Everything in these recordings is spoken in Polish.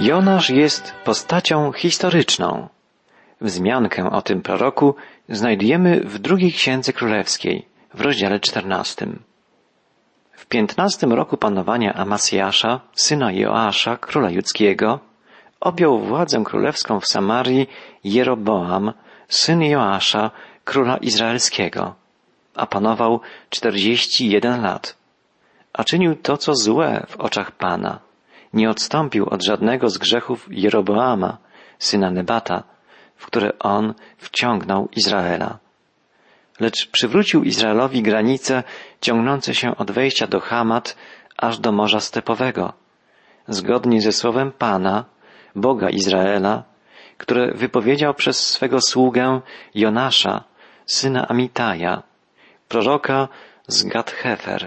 Jonasz jest postacią historyczną. Wzmiankę o tym proroku znajdujemy w drugiej Księdze Królewskiej, w rozdziale 14. W 15 roku panowania Amasjasza, syna Joasza, króla judzkiego, objął władzę królewską w Samarii Jeroboam, syn Joasza, króla izraelskiego, a panował 41 lat. A czynił to, co złe w oczach Pana. Nie odstąpił od żadnego z grzechów Jeroboama, syna Nebata, w które on wciągnął Izraela. Lecz przywrócił Izraelowi granice ciągnące się od wejścia do Hamat aż do Morza Stepowego, zgodnie ze słowem Pana, Boga Izraela, które wypowiedział przez swego sługę Jonasza, syna Amitaja, proroka z Gat-Hefer.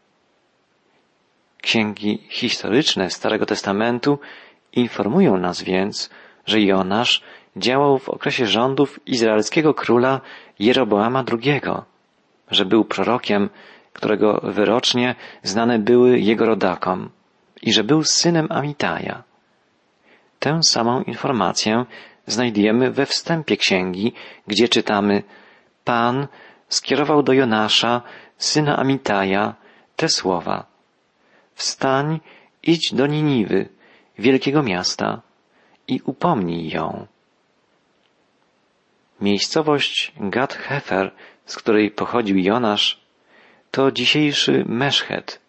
Księgi historyczne Starego Testamentu informują nas więc, że Jonasz działał w okresie rządów izraelskiego króla Jeroboama II, że był prorokiem, którego wyrocznie znane były jego rodakom i że był synem Amitaja. Tę samą informację znajdujemy we wstępie księgi, gdzie czytamy: Pan skierował do Jonasza, syna Amitaja, te słowa: Wstań, idź do Niniwy, wielkiego miasta, i upomnij ją. Miejscowość Gat-Hefer, z której pochodził Jonasz, to dzisiejszy Meszchet,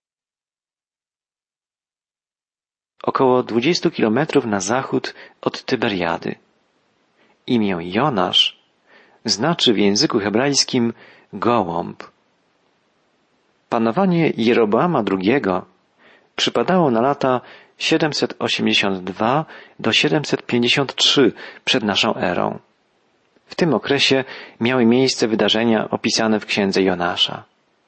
około 20 kilometrów na zachód od Tyberiady. Imię Jonasz znaczy w języku hebrajskim gołąb. Panowanie Jeroboama II przypadało na lata 782 do 753 przed naszą erą. W tym okresie miały miejsce wydarzenia opisane w księdze Jonasza.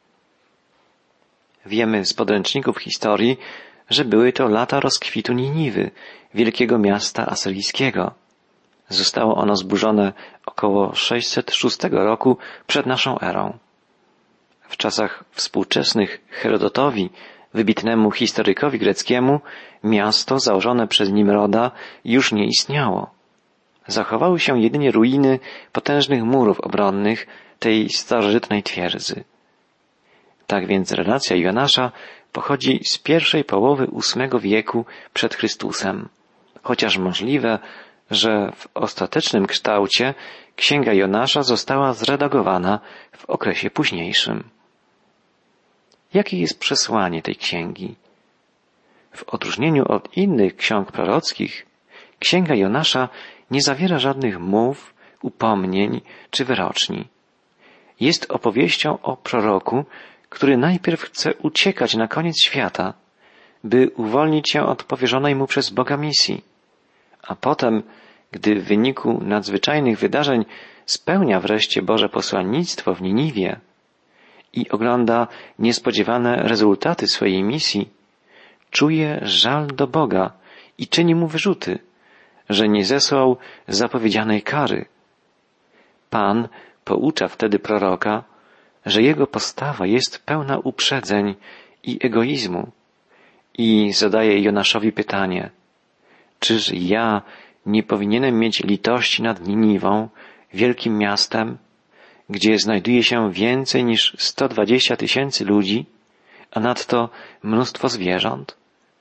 Wiemy z podręczników historii, że były to lata rozkwitu Niniwy, wielkiego miasta asyryjskiego. Zostało ono zburzone około 606 roku przed naszą erą. W czasach współczesnych Herodotowi, wybitnemu historykowi greckiemu, miasto założone przez Nimroda już nie istniało. Zachowały się jedynie ruiny potężnych murów obronnych tej starożytnej twierdzy. Tak więc relacja Jonasza pochodzi z pierwszej połowy VIII wieku przed Chrystusem, chociaż możliwe, że w ostatecznym kształcie księga Jonasza została zredagowana w okresie późniejszym. Jakie jest przesłanie tej księgi? W odróżnieniu od innych ksiąg prorockich, księga Jonasza nie zawiera żadnych mów, upomnień czy wyroczni. Jest opowieścią o proroku, który najpierw chce uciekać na koniec świata, by uwolnić się od powierzonej mu przez Boga misji, a potem, gdy w wyniku nadzwyczajnych wydarzeń spełnia wreszcie Boże posłannictwo w Niniwie i ogląda niespodziewane rezultaty swojej misji, czuje żal do Boga i czyni mu wyrzuty, że nie zesłał zapowiedzianej kary. Pan poucza wtedy proroka, że jego postawa jest pełna uprzedzeń i egoizmu i zadaje Jonaszowi pytanie: czyż ja nie powinienem mieć litości nad Niniwą, wielkim miastem, gdzie znajduje się więcej niż 120 000 ludzi, a nadto mnóstwo zwierząt?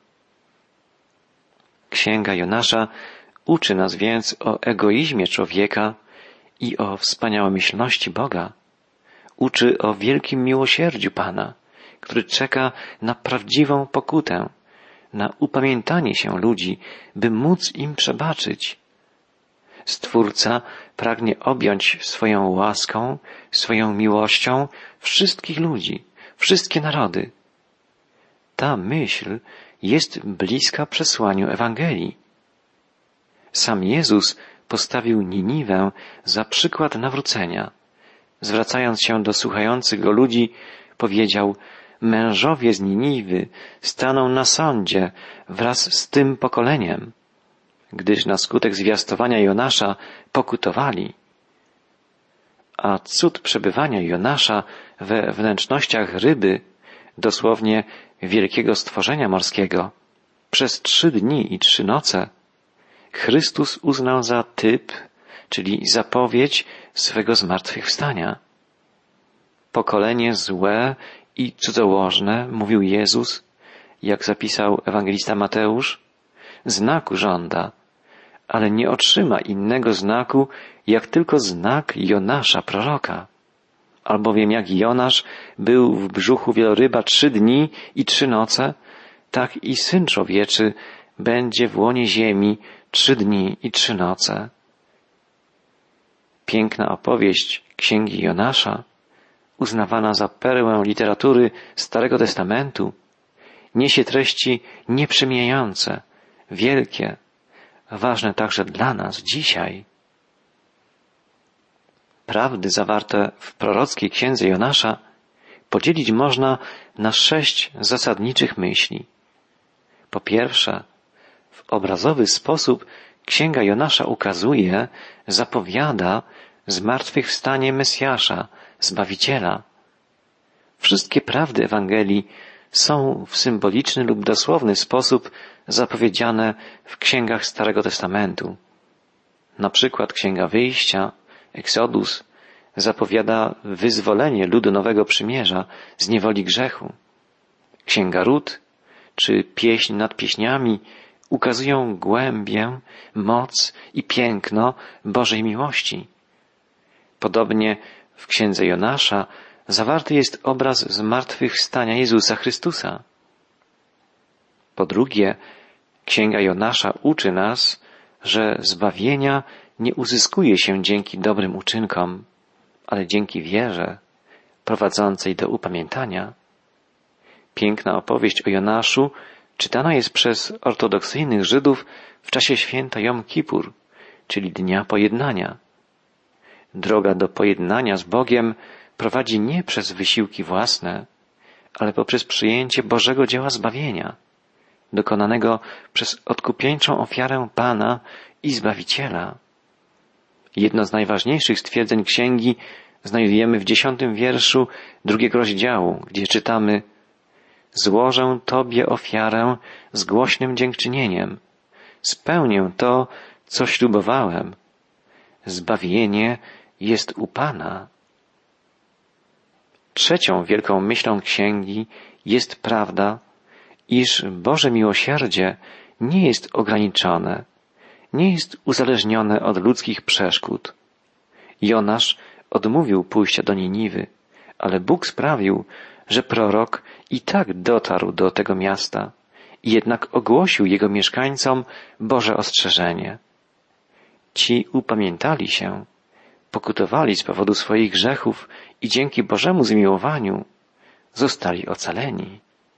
Księga Jonasza uczy nas więc o egoizmie człowieka i o wspaniałomyślności Boga. Uczy o wielkim miłosierdziu Pana, który czeka na prawdziwą pokutę, na upamiętanie się ludzi, by móc im przebaczyć. Stwórca pragnie objąć swoją łaską, swoją miłością wszystkich ludzi, wszystkie narody. Ta myśl jest bliska przesłaniu Ewangelii. Sam Jezus postawił Niniwę za przykład nawrócenia. Zwracając się do słuchających go ludzi, powiedział: mężowie z Niniwy staną na sądzie wraz z tym pokoleniem, gdyż na skutek zwiastowania Jonasza pokutowali. A cud przebywania Jonasza we wnętrznościach ryby, dosłownie wielkiego stworzenia morskiego, przez 3 dni i 3 noce, Chrystus uznał za typ, czyli zapowiedź swego zmartwychwstania. Pokolenie złe i cudzołożne, mówił Jezus, jak zapisał ewangelista Mateusz, znaku żąda, ale nie otrzyma innego znaku, jak tylko znak Jonasza proroka. Albowiem jak Jonasz był w brzuchu wieloryba 3 dni i 3 noce, tak i Syn Człowieczy będzie w łonie ziemi 3 dni i 3 noce. Piękna opowieść księgi Jonasza, uznawana za perłę literatury Starego Testamentu, niesie treści nieprzemijające, wielkie, ważne także dla nas dzisiaj. Prawdy zawarte w prorockiej księdze Jonasza podzielić można na 6 zasadniczych myśli. Po pierwsze, w obrazowy sposób księga Jonasza ukazuje, zapowiada zmartwychwstanie Mesjasza, Zbawiciela. Wszystkie prawdy Ewangelii są w symboliczny lub dosłowny sposób zapowiedziane w księgach Starego Testamentu. Na przykład Księga Wyjścia, Exodus, zapowiada wyzwolenie ludu Nowego Przymierza z niewoli grzechu. Księga Rut czy Pieśń nad pieśniami ukazują głębię, moc i piękno Bożej miłości. Podobnie w księdze Jonasza zawarty jest obraz zmartwychwstania Jezusa Chrystusa. Po drugie, księga Jonasza uczy nas, że zbawienia nie uzyskuje się dzięki dobrym uczynkom, ale dzięki wierze prowadzącej do upamiętania. Piękna opowieść o Jonaszu czytana jest przez ortodoksyjnych Żydów w czasie święta Jom Kippur, czyli Dnia Pojednania. Droga do pojednania z Bogiem prowadzi nie przez wysiłki własne, ale poprzez przyjęcie Bożego dzieła zbawienia, dokonanego przez odkupieńczą ofiarę Pana i Zbawiciela. Jedno z najważniejszych stwierdzeń księgi znajdujemy w 10 wierszu 2 rozdziału, gdzie czytamy: Złożę Tobie ofiarę z głośnym dziękczynieniem. Spełnię to, co ślubowałem. Zbawienie jest u Pana. Trzecią wielką myślą księgi jest prawda, iż Boże miłosierdzie nie jest ograniczone, nie jest uzależnione od ludzkich przeszkód. Jonasz odmówił pójścia do Niniwy, ale Bóg sprawił, że prorok i tak dotarł do tego miasta i jednak ogłosił jego mieszkańcom Boże ostrzeżenie. Ci upamiętali się, pokutowali z powodu swoich grzechów i dzięki Bożemu zmiłowaniu zostali ocaleni.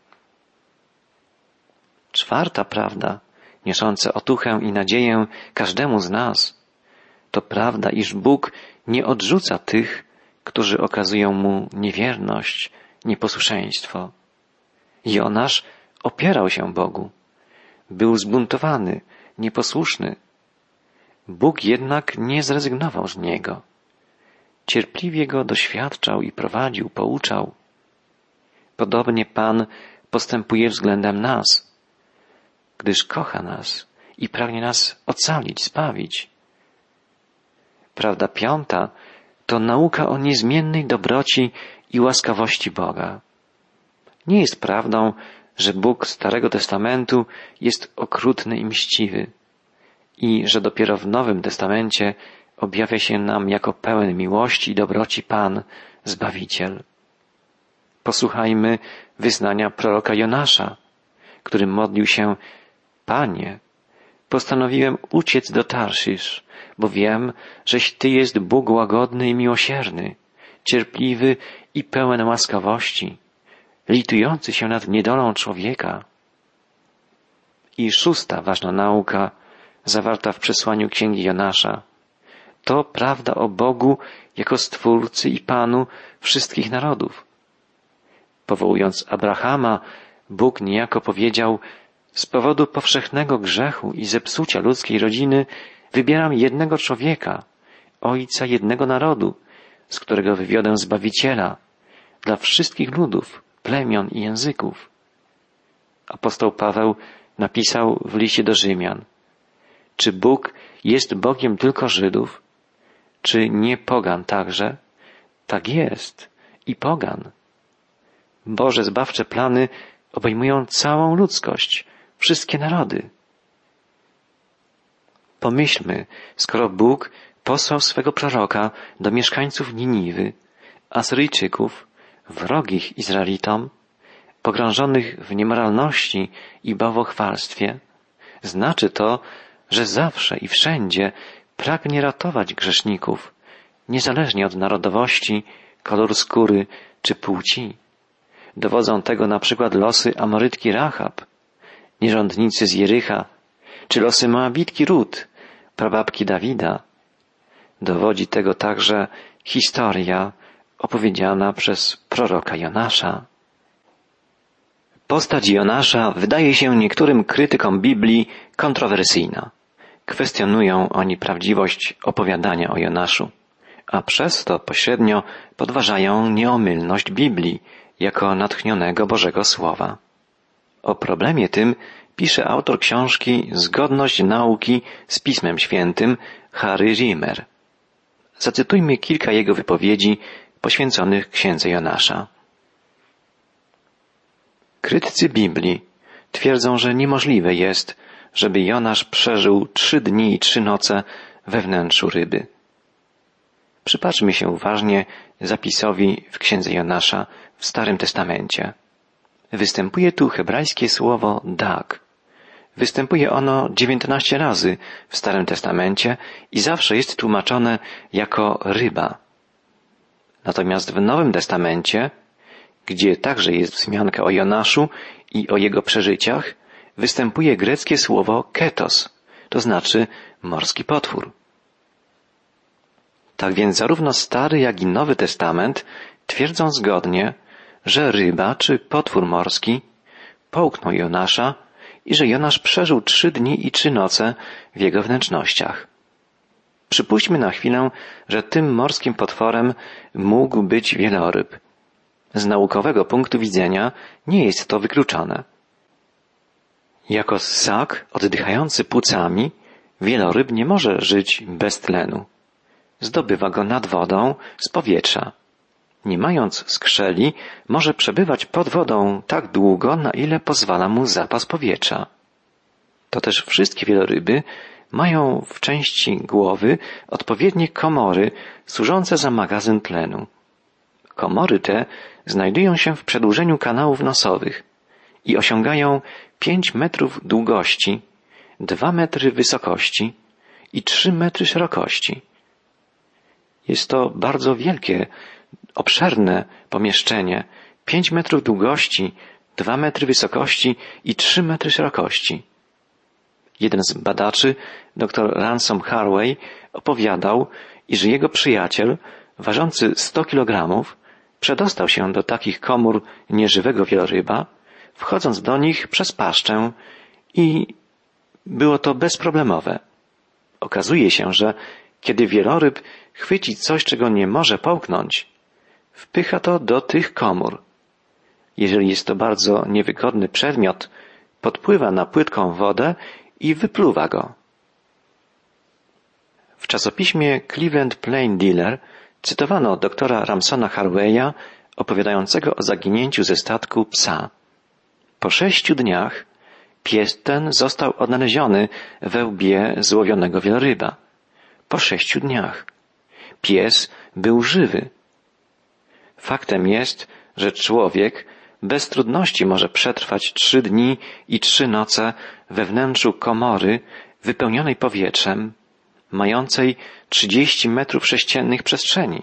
Czwarta prawda, niosąca otuchę i nadzieję każdemu z nas, to prawda, iż Bóg nie odrzuca tych, którzy okazują Mu niewierność, nieposłuszeństwo. Jonasz opierał się Bogu. Był zbuntowany, nieposłuszny. Bóg jednak nie zrezygnował z niego. Cierpliwie go doświadczał i prowadził, pouczał. Podobnie Pan postępuje względem nas, gdyż kocha nas i pragnie nas ocalić, zbawić. Prawda piąta to nauka o niezmiennej dobroci i łaskawości Boga. Nie jest prawdą, że Bóg Starego Testamentu jest okrutny i mściwy i że dopiero w Nowym Testamencie objawia się nam jako pełen miłości i dobroci Pan, Zbawiciel. Posłuchajmy wyznania proroka Jonasza, który modlił się: Panie, postanowiłem uciec do Tarszysz, bo wiem, żeś Ty jest Bóg łagodny i miłosierny, cierpliwy i pełen łaskawości, litujący się nad niedolą człowieka. I szósta ważna nauka, zawarta w przesłaniu księgi Jonasza, to prawda o Bogu jako Stwórcy i Panu wszystkich narodów. Powołując Abrahama, Bóg niejako powiedział: z powodu powszechnego grzechu i zepsucia ludzkiej rodziny wybieram jednego człowieka, ojca jednego narodu, z którego wywiodę Zbawiciela dla wszystkich ludów, plemion i języków. Apostoł Paweł napisał w liście do Rzymian: czy Bóg jest Bogiem tylko Żydów? Czy nie pogan także? Tak jest, i pogan. Boże zbawcze plany obejmują całą ludzkość, wszystkie narody. Pomyślmy, skoro Bóg posłał swego proroka do mieszkańców Niniwy, Asyryjczyków, wrogich Izraelitom, pogrążonych w niemoralności i bałwochwalstwie, znaczy to, że zawsze i wszędzie pragnie ratować grzeszników, niezależnie od narodowości, koloru skóry czy płci. Dowodzą tego na przykład losy Amorytki Rahab, nierządnicy z Jericha, czy losy Moabitki Rut, prababki Dawida. Dowodzi tego także historia opowiedziana przez proroka Jonasza. Postać Jonasza wydaje się niektórym krytykom Biblii kontrowersyjna. Kwestionują oni prawdziwość opowiadania o Jonaszu, a przez to pośrednio podważają nieomylność Biblii jako natchnionego Bożego Słowa. O problemie tym pisze autor książki Zgodność nauki z Pismem Świętym Harry Rimmer. Zacytujmy kilka jego wypowiedzi poświęconych księdze Jonasza. Krytycy Biblii twierdzą, że niemożliwe jest, żeby Jonasz przeżył 3 dni i 3 noce we wnętrzu ryby. Przypatrzmy się uważnie zapisowi w księdze Jonasza w Starym Testamencie. Występuje tu hebrajskie słowo dak. Występuje ono 19 razy w Starym Testamencie i zawsze jest tłumaczone jako ryba. Natomiast w Nowym Testamencie, gdzie także jest wzmianka o Jonaszu i o jego przeżyciach, występuje greckie słowo ketos, to znaczy morski potwór. Tak więc zarówno Stary, jak i Nowy Testament twierdzą zgodnie, że ryba czy potwór morski połknął Jonasza i że Jonasz przeżył 3 dni i 3 noce w jego wnętrznościach. Przypuśćmy na chwilę, że tym morskim potworem mógł być wieloryb. Z naukowego punktu widzenia nie jest to wykluczone. Jako ssak oddychający płucami, wieloryb nie może żyć bez tlenu. Zdobywa go nad wodą z powietrza. Nie mając skrzeli, może przebywać pod wodą tak długo, na ile pozwala mu zapas powietrza. To też wszystkie wieloryby mają w części głowy odpowiednie komory służące za magazyn tlenu. Komory te znajdują się w przedłużeniu kanałów nosowych i osiągają 5 metrów długości, 2 metry wysokości i 3 metry szerokości. Jest to bardzo wielkie, obszerne pomieszczenie, 5 metrów długości, 2 metry wysokości i 3 metry szerokości. Jeden z badaczy, dr Ransom Harvey, opowiadał, iż jego przyjaciel, ważący 100 kilogramów, przedostał się do takich komór nieżywego wieloryba, wchodząc do nich przez paszczę i było to bezproblemowe. Okazuje się, że kiedy wieloryb chwyci coś, czego nie może połknąć, wpycha to do tych komór. Jeżeli jest to bardzo niewygodny przedmiot, podpływa na płytką wodę i wypluwa go. W czasopiśmie Cleveland Plain Dealer cytowano doktora Ramsona Harveya opowiadającego o zaginięciu ze statku psa. Po 6 dniach pies ten został odnaleziony we łbie złowionego wieloryba. Po 6 dniach. Pies był żywy. Faktem jest, że człowiek bez trudności może przetrwać 3 dni i 3 noce we wnętrzu komory wypełnionej powietrzem, mającej 30 metrów sześciennych przestrzeni.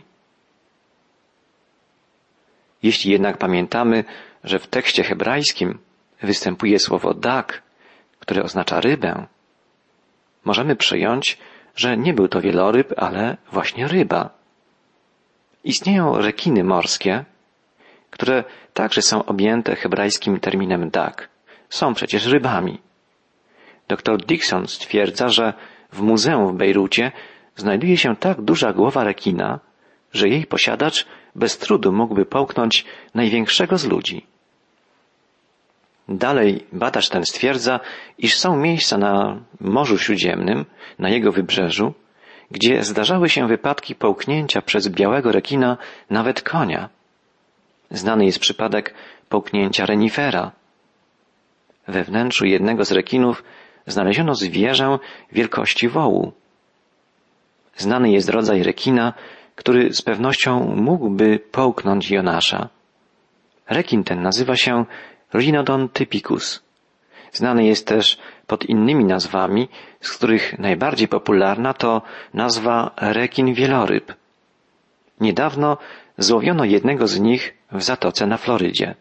Jeśli jednak pamiętamy, że w tekście hebrajskim występuje słowo dak, które oznacza rybę, możemy przyjąć, że nie był to wieloryb, ale właśnie ryba. Istnieją rekiny morskie, które także są objęte hebrajskim terminem dak. Są przecież rybami. Dr Dixon stwierdza, że w muzeum w Bejrucie znajduje się tak duża głowa rekina, że jej posiadacz bez trudu mógłby połknąć największego z ludzi. Dalej badacz ten stwierdza, iż są miejsca na Morzu Śródziemnym, na jego wybrzeżu, gdzie zdarzały się wypadki połknięcia przez białego rekina nawet konia. Znany jest przypadek połknięcia renifera. We wnętrzu jednego z rekinów znaleziono zwierzę wielkości wołu. Znany jest rodzaj rekina, który z pewnością mógłby połknąć Jonasza. Rekin ten nazywa się Rhinodon typicus. Znany jest też pod innymi nazwami, z których najbardziej popularna to nazwa rekin wieloryb. Niedawno złowiono jednego z nich w zatoce na Florydzie.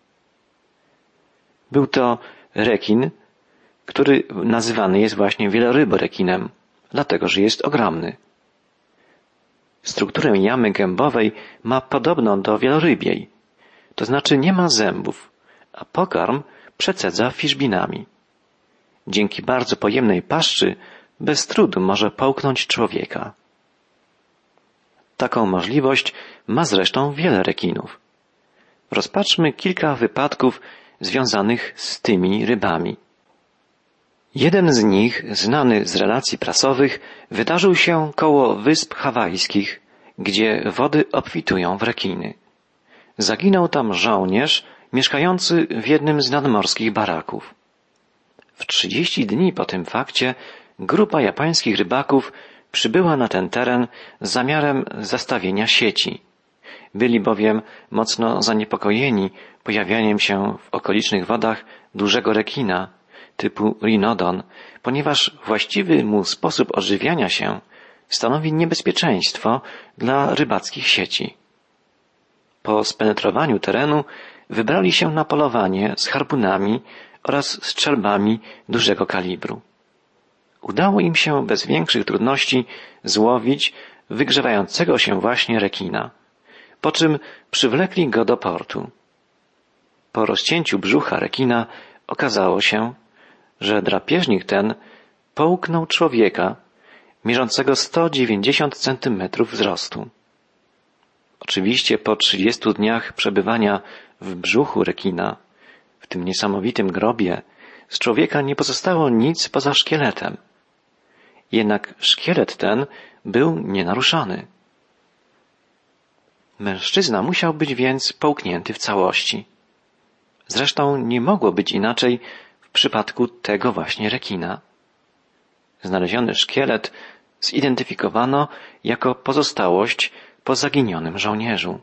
Był to rekin, który nazywany jest właśnie wieloryborekinem, dlatego że jest ogromny. Strukturę jamy gębowej ma podobną do wielorybiej, to znaczy nie ma zębów, a pokarm przecedza fiszbinami. Dzięki bardzo pojemnej paszczy bez trudu może połknąć człowieka. Taką możliwość ma zresztą wiele rekinów. Rozpatrzmy kilka wypadków związanych z tymi rybami. Jeden z nich, znany z relacji prasowych, wydarzył się koło Wysp Hawajskich, gdzie wody obfitują w rekiny. Zaginął tam żołnierz mieszkający w jednym z nadmorskich baraków. W 30 dni po tym fakcie grupa japońskich rybaków przybyła na ten teren z zamiarem zastawienia sieci. Byli bowiem mocno zaniepokojeni pojawianiem się w okolicznych wodach dużego rekina typu Rhinodon, ponieważ właściwy mu sposób odżywiania się stanowi niebezpieczeństwo dla rybackich sieci. Po spenetrowaniu terenu wybrali się na polowanie z harpunami oraz strzelbami dużego kalibru. Udało im się bez większych trudności złowić wygrzewającego się właśnie rekina, po czym przywlekli go do portu. Po rozcięciu brzucha rekina okazało się, że drapieżnik ten połknął człowieka mierzącego 190 centymetrów wzrostu. Oczywiście po 30 dniach przebywania w brzuchu rekina, w tym niesamowitym grobie, z człowieka nie pozostało nic poza szkieletem. Jednak szkielet ten był nienaruszony. Mężczyzna musiał być więc połknięty w całości. Zresztą nie mogło być inaczej w przypadku tego właśnie rekina. Znaleziony szkielet zidentyfikowano jako pozostałość po zaginionym żołnierzu.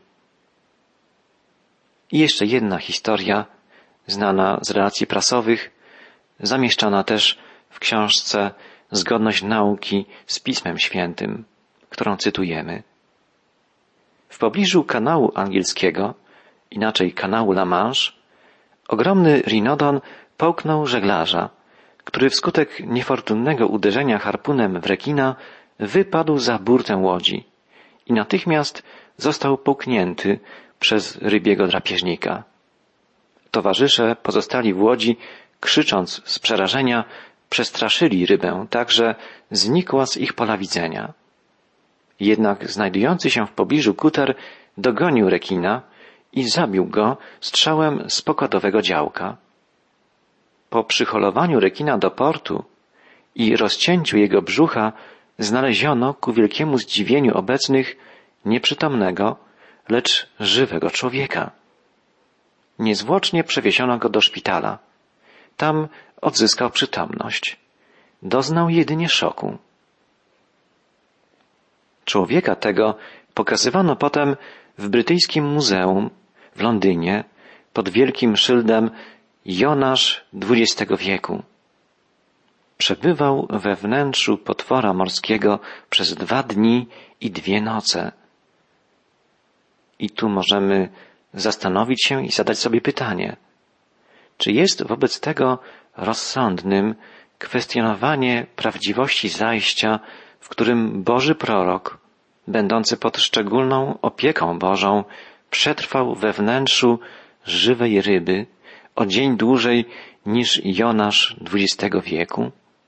I jeszcze jedna historia, znana z relacji prasowych, zamieszczana też w książce Zgodność nauki z Pismem Świętym, którą cytujemy. W pobliżu kanału angielskiego, inaczej kanału La Manche, ogromny Rhinodon połknął żeglarza, który wskutek niefortunnego uderzenia harpunem w rekina wypadł za burtę łodzi i natychmiast został połknięty przez rybiego drapieżnika. Towarzysze pozostali w łodzi, krzycząc z przerażenia, przestraszyli rybę tak, że znikła z ich pola widzenia. Jednak znajdujący się w pobliżu kuter dogonił rekina i zabił go strzałem z pokładowego działka. Po przyholowaniu rekina do portu i rozcięciu jego brzucha znaleziono ku wielkiemu zdziwieniu obecnych nieprzytomnego, lecz żywego człowieka. Niezwłocznie przewieziono go do szpitala. Tam odzyskał przytomność. Doznał jedynie szoku. Człowieka tego pokazywano potem w brytyjskim muzeum w Londynie pod wielkim szyldem Jonasz XX wieku. Przebywał we wnętrzu potwora morskiego przez 2 dni i 2 noce. I tu możemy zastanowić się i zadać sobie pytanie, czy jest wobec tego rozsądnym kwestionowanie prawdziwości zajścia, w którym Boży prorok, będący pod szczególną opieką Bożą, przetrwał we wnętrzu żywej ryby o dzień dłużej niż Jonasz XX wieku?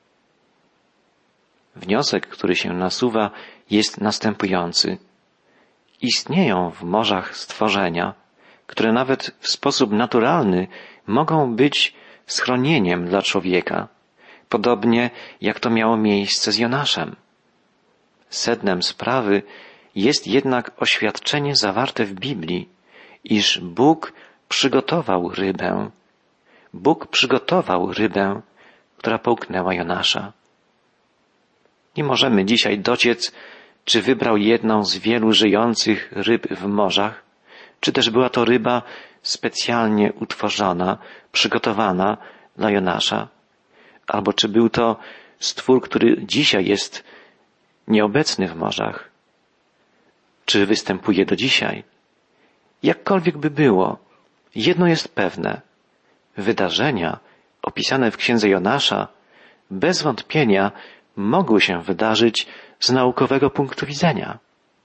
Wniosek, który się nasuwa, jest następujący. Istnieją w morzach stworzenia, które nawet w sposób naturalny mogą być schronieniem dla człowieka, podobnie jak to miało miejsce z Jonaszem. Sednem sprawy jest jednak oświadczenie zawarte w Biblii, iż Bóg przygotował rybę. Bóg przygotował rybę, która połknęła Jonasza. Nie możemy dzisiaj dociec, czy wybrał jedną z wielu żyjących ryb w morzach, czy też była to ryba specjalnie utworzona, przygotowana dla Jonasza, albo czy był to stwór, który dzisiaj jest nieobecny w morzach, czy występuje do dzisiaj. Jakkolwiek by było, jedno jest pewne. Wydarzenia opisane w księdze Jonasza bez wątpienia mogły się wydarzyć z naukowego punktu widzenia.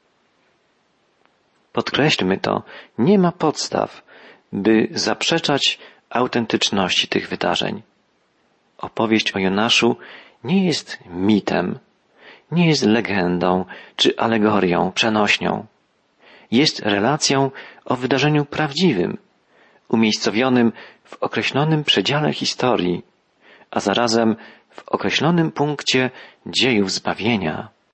Podkreślmy to, nie ma podstaw, by zaprzeczać autentyczności tych wydarzeń. Opowieść o Jonaszu nie jest mitem, nie jest legendą czy alegorią przenośnią. Jest relacją o wydarzeniu prawdziwym, umiejscowionym w określonym przedziale historii, a zarazem w określonym punkcie dziejów zbawienia.